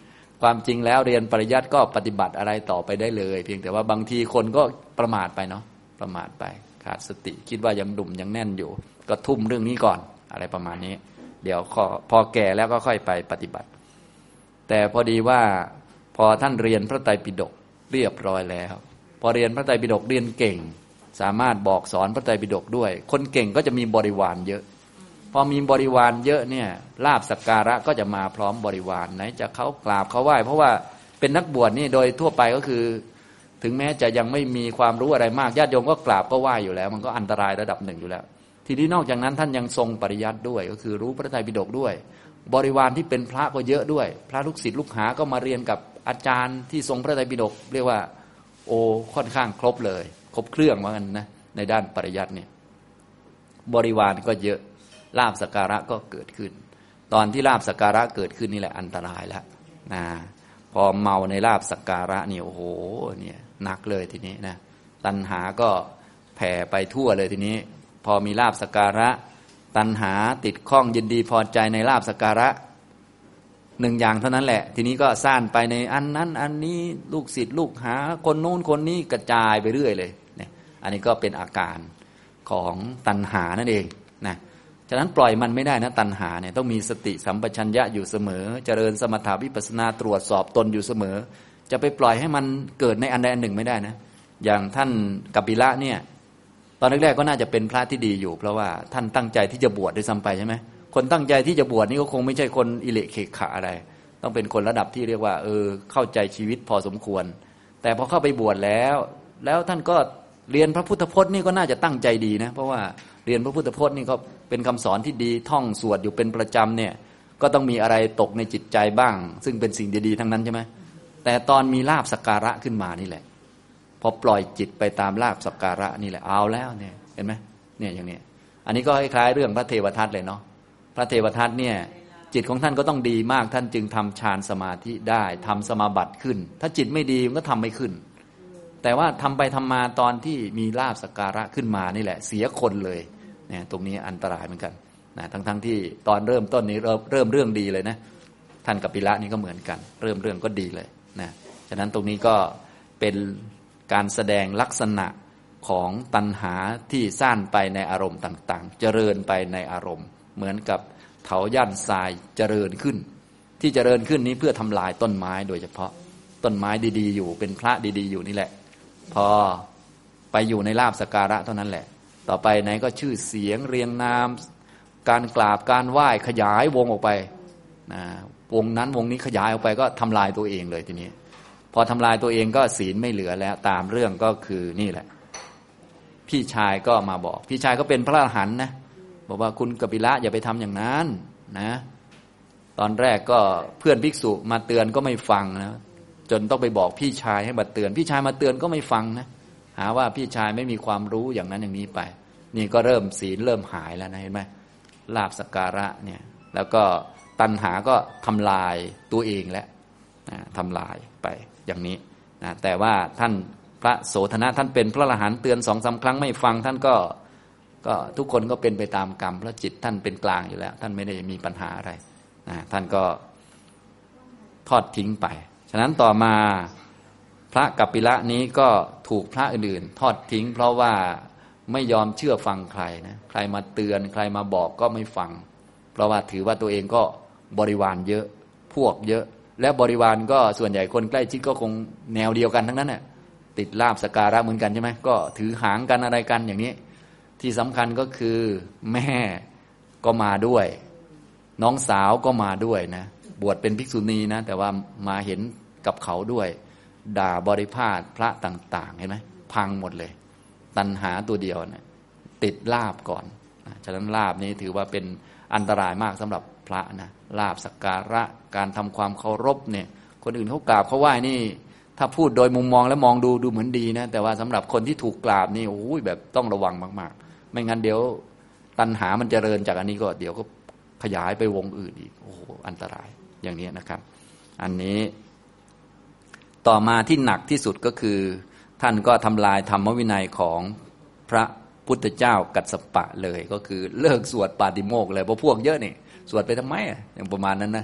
ความจริงแล้วเรียนปริยัติก็ปฏิบัติอะไรต่อไปได้เลยเพียงแต่ว่าบางทีคนก็ประมาทไปเนาะประมาทไปขาดสติคิดว่ายังดุ่มยังแน่นอยู่ก็ทุ่มเรื่องนี้ก่อนอะไรประมาณนี้เดี๋ยวพอแก่แล้วก็ค่อยไปปฏิบัติแต่พอดีว่าพอท่านเรียนพระไตรปิฎกเรียบร้อยแล้วพอเรียนพระไตรปิฎกเรียนเก่งสามารถบอกสอนพระไตรปิฎกด้วยคนเก่งก็จะมีบริวารเยอะพอมีบริวารเยอะเนี่ยลาภสักการะก็จะมาพร้อมบริวารไหนจะเขากราบเขาไหว้เพราะว่าเป็นนักบวชนี่โดยทั่วไปก็คือถึงแม้จะยังไม่มีความรู้อะไรมากญาติโยมก็กราบก็ไหว้อยู่แล้วมันก็อันตรายระดับหนึ่งอยู่แล้วทีนี้นอกจากนั้นท่านยังทรงปริยัติด้วยก็คือรู้พระไตรปิฎกด้วยบริวารที่เป็นพระก็เยอะด้วยพระลูกศิษย์ลูกหาก็มาเรียนกับอาจารย์ที่ทรงพระไตรปิฎกเรียกว่าโอค่อนข้างครบเลยครบเครื่องว่างั้นนะในด้านปริยัติเนี่ยบริวารก็เยอะลาภสักการะก็เกิดขึ้นตอนที่ลาภสักการะเกิดขึ้นนี่แหละอันตรายแล้วนะพอเมาในลาภสักการะนี่โอ้โหเนี่ยหนักเลยทีนี้นะตัณหาก็แผ่ไปทั่วเลยทีนี้พอมีลาภสักการะตัณหาติดข้องยินดีพอใจในลาภสักการะหนึ่งอย่างเท่านั้นแหละทีนี้ก็ซ่านไปในอันนั้นอันนี้ลูกศิษย์ลูกหาคนโน้นคนนี้กระจายไปเรื่อยเลยเนี่ยอันนี้ก็เป็นอาการของตัณหานั่นเองนะฉะนั้นปล่อยมันไม่ได้นะตัณหาเนี่ยต้องมีสติสัมปชัญญะอยู่เสมอเจริญสมถาวิปัสสนาตรวจสอบตนอยู่เสมอจะไปปล่อยให้มันเกิดในอันใดอันหนึ่งไม่ได้นะอย่างท่านกัปปิละเนี่ยตอนแรกๆก็น่าจะเป็นพระที่ดีอยู่เพราะว่าท่านตั้งใจที่จะบวชด้วยซ้ำไปใช่ไหมคนตั้งใจที่จะบวชนี่ก็คงไม่ใช่คนอิเละเขกขะอะไรต้องเป็นคนระดับที่เรียกว่าเข้าใจชีวิตพอสมควรแต่พอเข้าไปบวชแล้วท่านก็เรียนพระพุทธพจน์นี่ก็น่าจะตั้งใจดีนะเพราะว่าเรียนพระพุทธพจน์นี่ก็เป็นคำสอนที่ดีท่องสวดอยู่เป็นประจำเนี่ยก็ต้องมีอะไรตกในจิตใจบ้างซึ่งเป็นสิ่งดีๆทั้งนั้นใช่ไหมแต่ตอนมีลาภสักการะขึ้นมานี่แหละพอปล่อยจิตไปตามลาภสักการะนี่แหละเอาแล้วเนี่ยเห็นไหมเนี่ยอย่างนี้อันนี้ก็คล้ายๆเรื่องพระเทวทัตเลยเนาะพระเทวทัตเนี่ยจิตของท่านก็ต้องดีมากท่านจึงทำฌานสมาธิได้ทำสมาบัติขึ้นถ้าจิตไม่ดีมันก็ทำไม่ขึ้นแต่ว่าทำไปทำมาตอนที่มีลาภสักการะขึ้นมานี่แหละเสียคนเลยเนี่ยตรงนี้อันตรายเหมือนกันนะทั้งที่ตอนเริ่มต้นนี้เริ่มเรื่องดีเลยนะท่านกัปปิละนี่ก็เหมือนกันเริ่มเรื่องก็ดีเลยนะฉะนั้นตรงนี้ก็เป็นการแสดงลักษณะของตัณหาที่ซ่านไปในอารมณ์ต่างๆเจริญไปในอารมณ์เหมือนกับเถาย่านทรายเจริญขึ้นที่เจริญขึ้นนี้เพื่อทำลายต้นไม้โดยเฉพาะต้นไม้ดีๆอยู่เป็นพระดีๆอยู่นี่แหละพอไปอยู่ในลาภสักการะเท่านั้นแหละต่อไปไหนก็ชื่อเสียงเรียงนามการกราบการไหว้ขยายวงออกไปนะวงนั้นวงนี้ขยายออกไปก็ทำลายตัวเองเลยทีนี้พอทำลายตัวเองก็ศีลไม่เหลือแล้วตามเรื่องก็คือนี่แหละพี่ชายก็มาบอกพี่ชายก็เป็นพระอรหันต์นะบอกว่าคุณกัปปิละอย่าไปทำอย่างนั้นนะตอนแรกก็เพื่อนภิกษุมาเตือนก็ไม่ฟังนะจนต้องไปบอกพี่ชายให้มาเตือนพี่ชายมาเตือนก็ไม่ฟังนะหาว่าพี่ชายไม่มีความรู้อย่างนั้นอย่างนี้ไปนี่ก็เริ่มศีลเริ่มหายแล้วนะเห็นไหมลาภสักการะเนี่ยแล้วก็ตัณหาก็ทำลายตัวเองแล้วทำลายไปอย่างนี้นะแต่ว่าท่านพระโสธนะท่านเป็นพระอรหันต์เตือน2-3 ครั้งไม่ฟังท่านก็ทุกคนก็เป็นไปตามกรรมเพราะจิตท่านเป็นกลางอยู่แล้วท่านไม่ได้มีปัญหาอะไรนะท่านก็ทอดทิ้งไปฉะนั้นต่อมาพระกัปปิละนี้ก็ถูกพระอื่นๆทอดทิ้งเพราะว่าไม่ยอมเชื่อฟังใครนะใครมาเตือนใครมาบอกก็ไม่ฟังเพราะว่าถือว่าตัวเองก็บริวารเยอะพวกเยอะและบริวารก็ส่วนใหญ่คนใกล้ชิดก็คงแนวเดียวกันทั้งนั้นน่ะติดลาภสักการะเหมือนกันใช่ไหมก็ถือหางกันอะไรกันอย่างนี้ที่สำคัญก็คือแม่ก็มาด้วยน้องสาวก็มาด้วยนะบวชเป็นภิกษุณีนะแต่ว่ามาเห็นกับเขาด้วยด่าบริพาทพระต่างๆเห็นไหมพังหมดเลยตัณหาตัวเดียวนะติดลาภก่อนฉะนั้นลาภนี้ถือว่าเป็นอันตรายมากสำหรับพระนะลาภสักการะการทำความเคารพเนี่ยคนอื่นเขากราบเขาไหว้นี่ถ้าพูดโดยมุมมองแล้วมองดูเหมือนดีนะแต่ว่าสำหรับคนที่ถูกกราบนี่โอ้ยแบบต้องระวังมากๆไม่งั้นเดี๋ยวตัณหามันเจริญจากอันนี้ก็เดี๋ยวก็ขยายไปวงอื่นอีกโอ้โหอันตรายอย่างนี้นะครับอันนี้ต่อมาที่หนักที่สุดก็คือท่านก็ทำลายธรรมวินัยของพระพุทธเจ้ากัสสปะเลยก็คือเลิกสวดปาติโมกข์เลยเพราะพวกเยอะนี่สวดไปทำไมอย่างประมาณนั้นนะ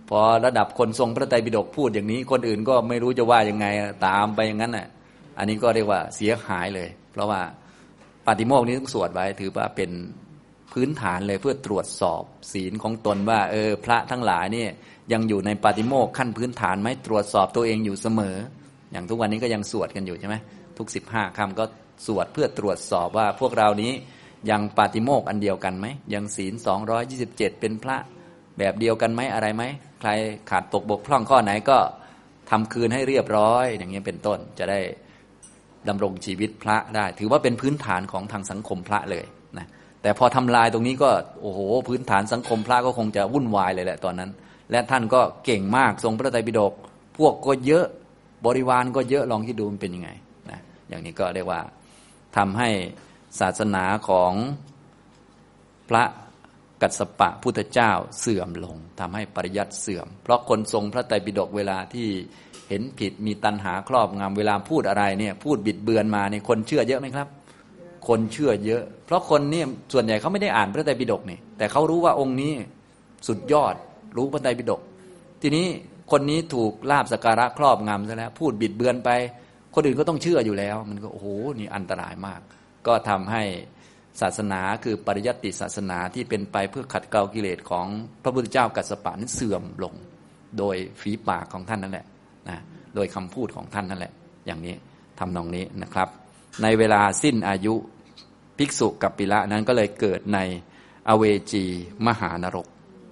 พอระดับคนทรงพระไตรปิฎกพูดอย่างนี้คนอื่นก็ไม่รู้จะว่ายังไงตามไปอย่างนั้นน่ะอันนี้ก็เรียกว่าเสียหายเลยเพราะว่าปาฏิโมกข์นี้ต้องสวดไว้ถือว่าเป็นพื้นฐานเลยเพื่อตรวจสอบศีลของตนว่าพระทั้งหลายนี่ยังอยู่ในปาฏิโมกข์ขั้นพื้นฐานไหมตรวจสอบตัวเองอยู่เสมออย่างทุกวันนี้ก็ยังสวดกันอยู่ใช่ไหมทุก15 ค่ำก็สวดเพื่อตรวจสอบว่าพวกเรานี้ยังปาฏิโมกข์อันเดียวกันไหมยังศีล227เป็นพระแบบเดียวกันไหมอะไรไหมใครขาดตกบกพร่องข้อไหนก็ทำคืนให้เรียบร้อยอย่างนี้เป็นต้นจะได้ดำรงชีวิตพระได้ถือว่าเป็นพื้นฐานของทางสังคมพระเลยนะแต่พอทำลายตรงนี้ก็โอ้โหพื้นฐานสังคมพระก็คงจะวุ่นวายเลยแหละตอนนั้นและท่านก็เก่งมากทรงพระไตรปิฎกพวกก็เยอะบริวารก็เยอะลองคิดดูมันเป็นยังไงนะอย่างนี้ก็เรียกว่าทำให้ศาสนาของพระกัสสปะพุทธเจ้าเสื่อมลงทำให้ปริยัติเสื่อมเพราะคนทรงพระไตรปิฎกเวลาที่เห็นผิดมีตัณหาครอบงำเวลาพูดอะไรเนี่ยพูดบิดเบือนมาเนี่ยคนเชื่อเยอะไหมครับคนเชื่อเยอะเพราะคนเนี่ยส่วนใหญ่เขาไม่ได้อ่านพระไตรปิฎกนี่แต่เขารู้ว่าองค์นี้สุดยอดรู้พระไตรปิฎกทีนี้คนนี้ถูกลาภสักการะครอบงำซะแล้วพูดบิดเบือนไปคนอื่นก็ต้องเชื่ออยู่แล้วมันก็โอ้โหนี่อันตรายมากก็ทำให้ศาสนาคือปริยัติศาสนาที่เป็นไปเพื่อขัดเกลากิเลสของพระพุทธเจ้ากัสสปะนั้นเสื่อมลงโดยฝีปากของท่านนั่นแหละนะโดยคำพูดของท่านนั่นแหละอย่างนี้ทำนองนี้นะครับในเวลาสิ้นอายุภิกษุกัปปิละนั้นก็เลยเกิดในอเวจีมหานรก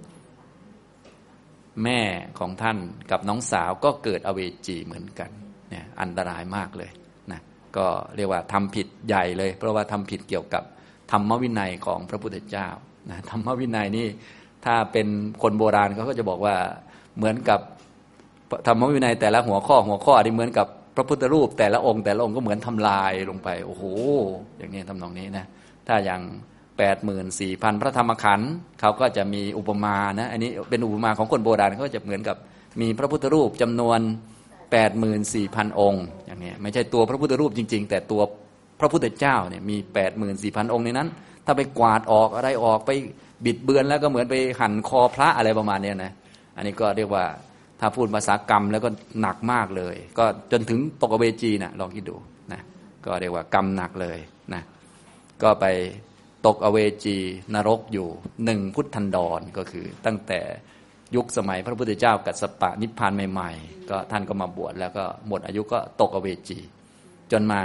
แม่ของท่านกับน้องสาวก็เกิดอเวจีเหมือนกันเนี่ยอันตรายมากเลยนะก็เรียกว่าทำผิดใหญ่เลยเพราะว่าทำผิดเกี่ยวกับธรรมวินัยของพระพุทธเจ้านะธรรมวินัยนี่ถ้าเป็นคนโบราณเขาก็จะบอกว่าเหมือนกับธรรมวินัยแต่ละหัวข้อนี่เหมือนกับพระพุทธรูปแต่ละองค์ก็เหมือนทำลายลงไปโอ้โหอย่างนี้ทำนองนี้นะถ้าอย่าง84,000 พระธรรมขันธ์เขาก็จะมีอุปมานะอันนี้เป็นอุปมาของคนโบราณเขาจะเหมือนกับมีพระพุทธรูปจำนวน 84,000 องค์อย่างนี้ไม่ใช่ตัวพระพุทธรูปจริงๆแต่ตัวพระพุทธเจ้าเนี่ยมี 84,000 องค์ในนั้นถ้าไปกวาดออกอะไรออกไปบิดเบือนแล้วก็เหมือนไปหั่นคอพระอะไรประมาณนี้นะอันนี้ก็เรียกว่าถ้าพูดภาษากรรมแล้วก็หนักมากเลยก็จนถึงตกอเวจีนะลองคิดดูนะก็เรียกว่ากรรมหนักเลยนะก็ไปตกอเวจีนรกอยู่1 พุทธันดรก็คือตั้งแต่ยุคสมัยพระพุทธเจ้ากัสสปะนิพพานใหม่ๆก็ท่านก็มาบวชแล้วก็หมดอายุก็ตกอเวจีจนมา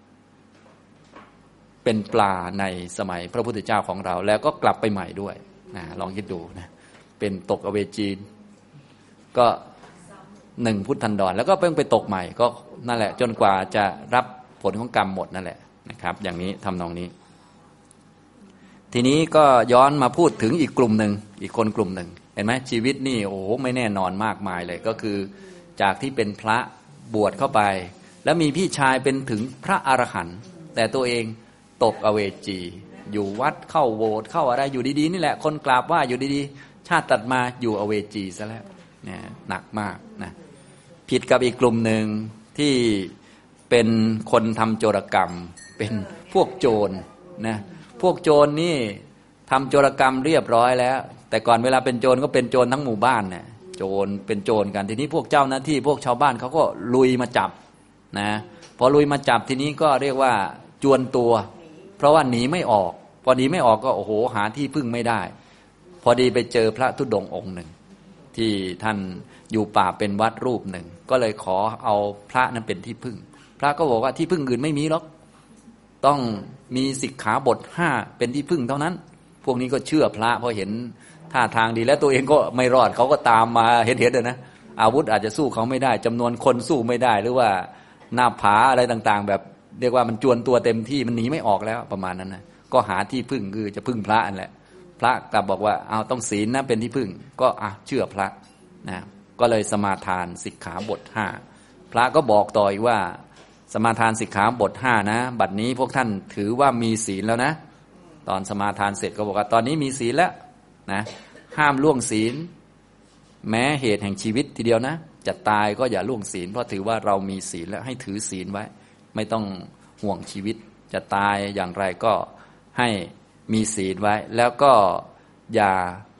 เป็นปลาในสมัยพระพุทธเจ้าของเราแล้วก็กลับไปใหม่ด้วยนะลองคิดดูนะเป็นตกอเวจีก็1 พุทธันดรแล้วก็เพิ่งไปตกใหม่ก็นั่นแหละจนกว่าจะรับผลของกรรมหมดนั่นแหละนะครับอย่างนี้ทำนองนี้ทีนี้ก็ย้อนมาพูดถึงอีกกลุ่มหนึ่งอีกคนกลุ่มหนึ่งเห็นไหมชีวิตนี่โอ้โหไม่แน่นอนมากมายเลยก็คือจากที่เป็นพระบวชเข้าไปแล้วมีพี่ชายเป็นถึงพระอรหันต์แต่ตัวเองตกอเวจีอยู่วัดเข้าโบสถ์เข้าอะไรอยู่ดีๆนี่แหละคนกราบว่าอยู่ดีๆชาติตัดมาอยู่อเวจีซะแล้วเนี่ยหนักมากนะผิดกับอีกกลุ่มหนึ่งที่เป็นคนทำโจรกรรมเป็นพวกโจรนะพวกโจรนี่ทำโจรกรรมเรียบร้อยแล้วแต่ก่อนเวลาเป็นโจรก็เป็นโจรทั้งหมู่บ้านเนี่ยโจรเป็นโจรกันทีนี้พวกเจ้าหน้าที่พวกชาวบ้านเขาก็ลุยมาจับนะพอลุยมาจับทีนี้ก็เรียกว่าจวนตัวเพราะว่าหนีไม่ออกพอหนีไม่ออกก็โอ้โหหาที่พึ่งไม่ได้พอดีไปเจอพระธุดงค์องค์หนึ่งที่ท่านอยู่ป่าเป็นวัดรูปหนึ่งก็เลยขอเอาพระนั้นเป็นที่พึ่งพระก็บอกว่าที่พึ่งอื่นไม่มีหรอกต้องมีสิกขาบท5เป็นที่พึ่งเท่านั้นพวกนี้ก็เชื่อพระเพราะเห็นท่าทางดีแล้วตัวเองก็ไม่รอดเขาก็ตามมาเห็นเลยนะอาวุธอาจจะสู้เขาไม่ได้จำนวนคนสู้ไม่ได้หรือว่าหน้าผาอะไรต่างๆแบบเรียกว่ามันจวนตัวเต็มที่มันหนีไม่ออกแล้วประมาณนั้นนะก็หาที่พึ่งคือจะพึ่งพระนั่นแหละพระกลับบอกว่าเอาต้องศีลนะเป็นที่พึ่งก็เชื่อพระนะก็เลยสมาทานสิกขาบท5พระก็บอกต่ออีกว่าสมาทานสิกขาบท5นะบัดนี้พวกท่านถือว่ามีศีลแล้วนะตอนสมาทานเสร็จก็บอกว่าตอนนี้มีศีลแล้วนะห้ามล่วงศีลแม้เหตุแห่งชีวิตทีเดียวนะจะตายก็อย่าล่วงศีลเพราะถือว่าเรามีศีลแล้วให้ถือศีลไว้ไม่ต้องห่วงชีวิตจะตายอย่างไรก็ให้มีศีลไว้แล้วก็อย่า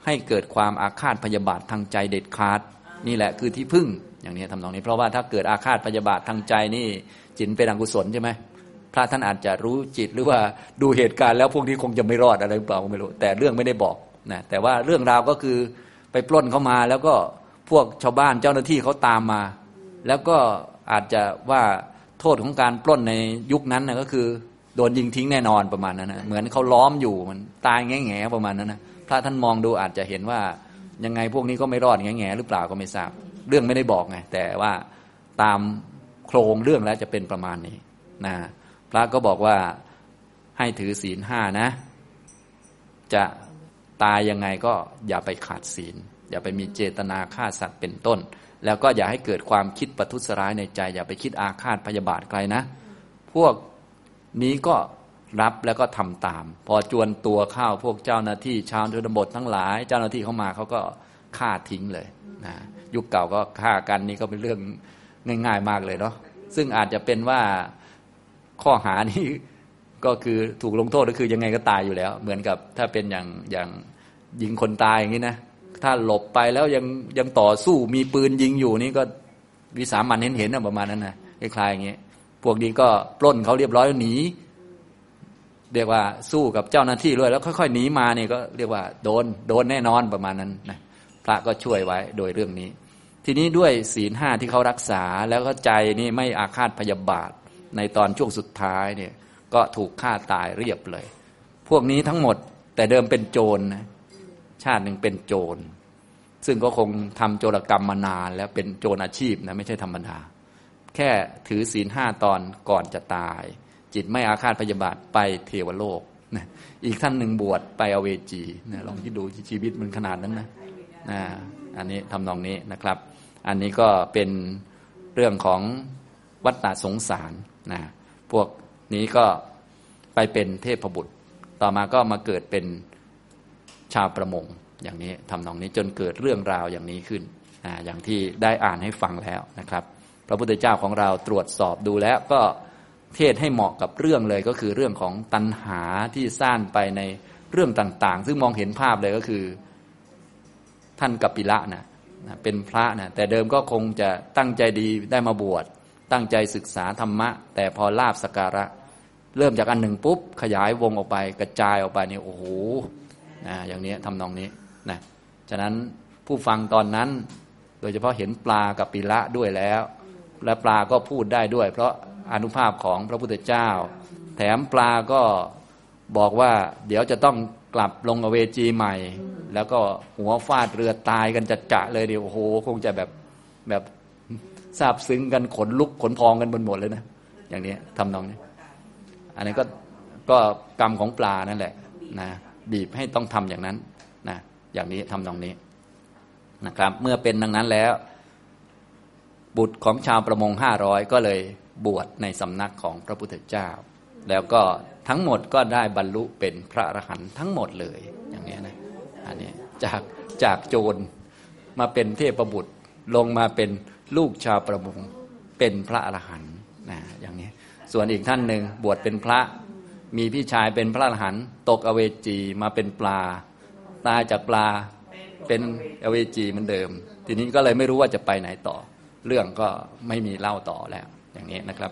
ให้เกิดความอาฆาตพยาบาททางใจเด็ดขาดนี่แหละคือที่พึ่งอย่างนี้ทำนองนี้เพราะว่าถ้าเกิดอาฆาตพยาบาททางใจนี่จิตเป็นอกุศลใช่ไหมพระท่านอาจจะรู้จิตหรือว่าดูเหตุการณ์แล้วพวกนี้คงจะไม่รอดอะไรหรือเปล่าไม่รู้แต่เรื่องไม่ได้บอกนะแต่ว่าเรื่องราวก็คือไปปล้นเขามาแล้วก็พวกชาวบ้านเจ้าหน้าที่เขาตามมาแล้วก็อาจจะว่าโทษของการปล้นในยุคนั้นนะก็คือโดนยิงทิ้งแน่นอนประมาณนั้นนะเหมือนเขาล้อมอยู่มันตายแง่ๆประมาณนั้นนะพระท่านมองดูอาจจะเห็นว่ายังไงพวกนี้ก็ไม่รอดแง่ๆหรือเปล่าก็ไม่ทราบเรื่องไม่ได้บอกไงแต่ว่าตามโครงเรื่องแล้วจะเป็นประมาณนี้นะพระก็บอกว่าให้ถือศีล5นะจะตายยังไงก็อย่าไปขาดศีลอย่าไปมีเจตนาฆ่าสัตว์เป็นต้นแล้วก็อย่าให้เกิดความคิดประทุษร้ายในใจอย่าไปคิดอาฆาตพยาบาทใครนะพวกนี้ก็รับแล้วก็ทำตามพอจวนตัวเข้าพวกเจ้าหน้าที่ชาวชนบททั้งหลายเจ้าหน้าที่เข้ามาเขาก็ฆ่าทิ้งเลยนะยุคเก่าก็ฆ่ากันนี่ก็เป็นเรื่องง่ายๆมากเลยเนาะซึ่งอาจจะเป็นว่าข้อหานี้ก็คือถูกลงโทษก็คือยังไงก็ตายอยู่แล้วเหมือนกับถ้าเป็นอย่างยิงคนตายอย่างนี้นะถ้าหลบไปแล้วยังต่อสู้มีปืนยิงอยู่นี่ก็วิสามันเห็นประมาณนั้นนะคล้ายๆอย่างนี้พวกนี้ก็ปล้นเขาเรียบร้อยแล้วหนีเรียกว่าสู้กับเจ้าหน้าที่ด้วยแล้วค่อยๆหนีมานี่ก็เรียกว่าโดนแน่นอนประมาณนั้นนะพระก็ช่วยไว้โดยเรื่องนี้ทีนี้ด้วยศีล5ที่เขารักษาแล้วก็ใจนี่ไม่อาฆาตพยาบาทในตอนช่วงสุดท้ายเนี่ยก็ถูกฆ่าตายเรียบเลยพวกนี้ทั้งหมดแต่เดิมเป็นโจรนะชาติหนึ่งเป็นโจรซึ่งก็คงทำโจรกรรมมานานแล้วเป็นโจรอาชีพนะไม่ใช่ธรรมดาแค่ถือศีล5ตอนก่อนจะตายจิตไม่อาฆาตพยาบาทไปเทวโลกนะอีกท่านหนึ่งบวชไปอเวจีนะลองคิดดูชีวิตมันขนาดนั้นนะอันนี้ทำนองนี้นะครับอันนี้ก็เป็นเรื่องของวัฏฏะสงสารนะพวกนี้ก็ไปเป็นเทพบุตรต่อมาก็มาเกิดเป็นชาวประมงอย่างนี้ทำนองนี้จนเกิดเรื่องราวอย่างนี้ขึ้นอย่างที่ได้อ่านให้ฟังแล้วนะครับพระพุทธเจ้าของเราตรวจสอบดูแล้วก็เทศให้เหมาะกับเรื่องเลยก็คือเรื่องของตัณหาที่สร้างไปในเรื่องต่างๆซึ่งมองเห็นภาพเลยก็คือท่านกัปปิละนะเป็นพระนะแต่เดิมก็คงจะตั้งใจดีได้มาบวชตั้งใจศึกษาธรรมะแต่พอลาภสักการะเริ่มจากอันหนึ่งปุ๊บขยายวงออกไปกระจายออกไปนี่โอ้โหอย่างนี้ทำนองนี้นะฉะนั้นผู้ฟังตอนนั้นโดยเฉพาะเห็นปลากัปปิละด้วยแล้วและปลาก็พูดได้ด้วยเพราะอานุภาพของพระพุทธเจ้าแถมปลาก็บอกว่าเดี๋ยวจะต้องกลับลงอเวจีใหม่แล้วก็หัวฟาดเรือตายกันจะเลยเดี๋ยวโอ้โหคงจะแบบซาบซึ้งกันขนลุกขนพองกันบนหมดเลยนะอย่างนี้ทำนองนี้อันนี้ก็กรรมของปลานั่นแหละนะบีบให้ต้องทำอย่างนั้นนะอย่างนี้ทำนองนี้นะครับเมื่อเป็นดังนั้นแล้วบุตรของชาวประมง500ก็เลยบวชในสำนักของพระพุทธเจ้าแล้วก็ทั้งหมดก็ได้บรรลุเป็นพระอรหันต์ทั้งหมดเลยอย่างนี้นะอันนี้จากโจรมาเป็นเทพบุตรลงมาเป็นลูกชาวประมงเป็นพระอรหันต์นะอย่างนี้ส่วนอีกท่านหนึ่งบวชเป็นพระมีพี่ชายเป็นพระอรหันต์ตกอเวจีมาเป็นปลาตายจากปลาเป็นอเวจีเหมือนเดิมทีนี้ก็เลยไม่รู้ว่าจะไปไหนต่อเรื่องก็ไม่มีเล่าต่อแล้วอย่างนี้นะครับ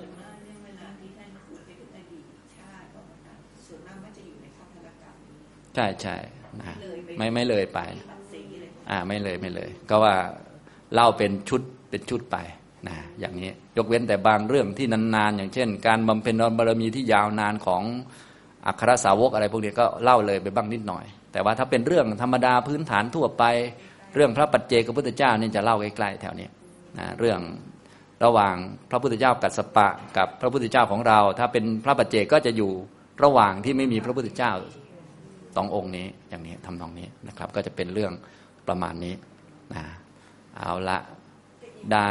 ใช่นะไม่เลยไปไม่เลยก็ว่าเล่าเป็นชุดไปนะอย่างนี้ยกเว้นแต่บางเรื่องที่นานๆอย่างเช่นการบำเพ็ญบารมีที่ยาวนานของอัครสาวกอะไรพวกนี้ก็เล่าเลยไปบ้างนิดหน่อยแต่ว่าถ้าเป็นเรื่องธรรมดาพื้นฐานทั่วไปเรื่องพระปัจเจกพุทธเจ้านี่จะเล่าใกล้ๆแถวนี้นะเรื่องระหว่างพระพุทธเจ้ากัสสปะกับพระพุทธเจ้าของเราถ้าเป็นพระปัจเจกก็จะอยู่ระหว่างที่ไม่มีพระพุทธเจ้า2 องค์นี้อย่างนี้ทำนองนี้นะครับก็จะเป็นเรื่องประมาณนี้นะเอาละได้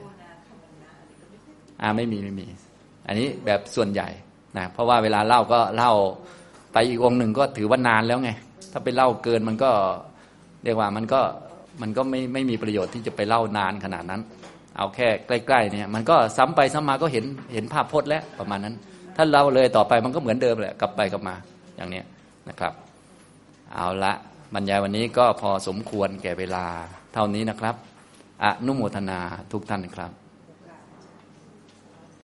ไม่มีอันนี้แบบส่วนใหญ่นะเพราะว่าเวลาเล่าก็เล่าไปอีกองค์หนึ่งก็ถือว่านานแล้วไงถ้าไปเล่าเกินมันก็เรียกว่ามันก็ไม่มีประโยชน์ที่จะไปเล่านานขนาดนั้นเอาแค่ใกล้ๆเนี่ยมันก็ซ้ำไปซ้ำมาก็เห็นภาพพจน์แล้วประมาณนั้นถ้าเล่าเลยต่อไปมันก็เหมือนเดิมแหละกลับไปกลับมาอย่างนี้นะครับเอาละบรรยายวันนี้ก็พอสมควรแก่เวลาเท่านี้นะครับอนุโมทนาทุกท่านครับ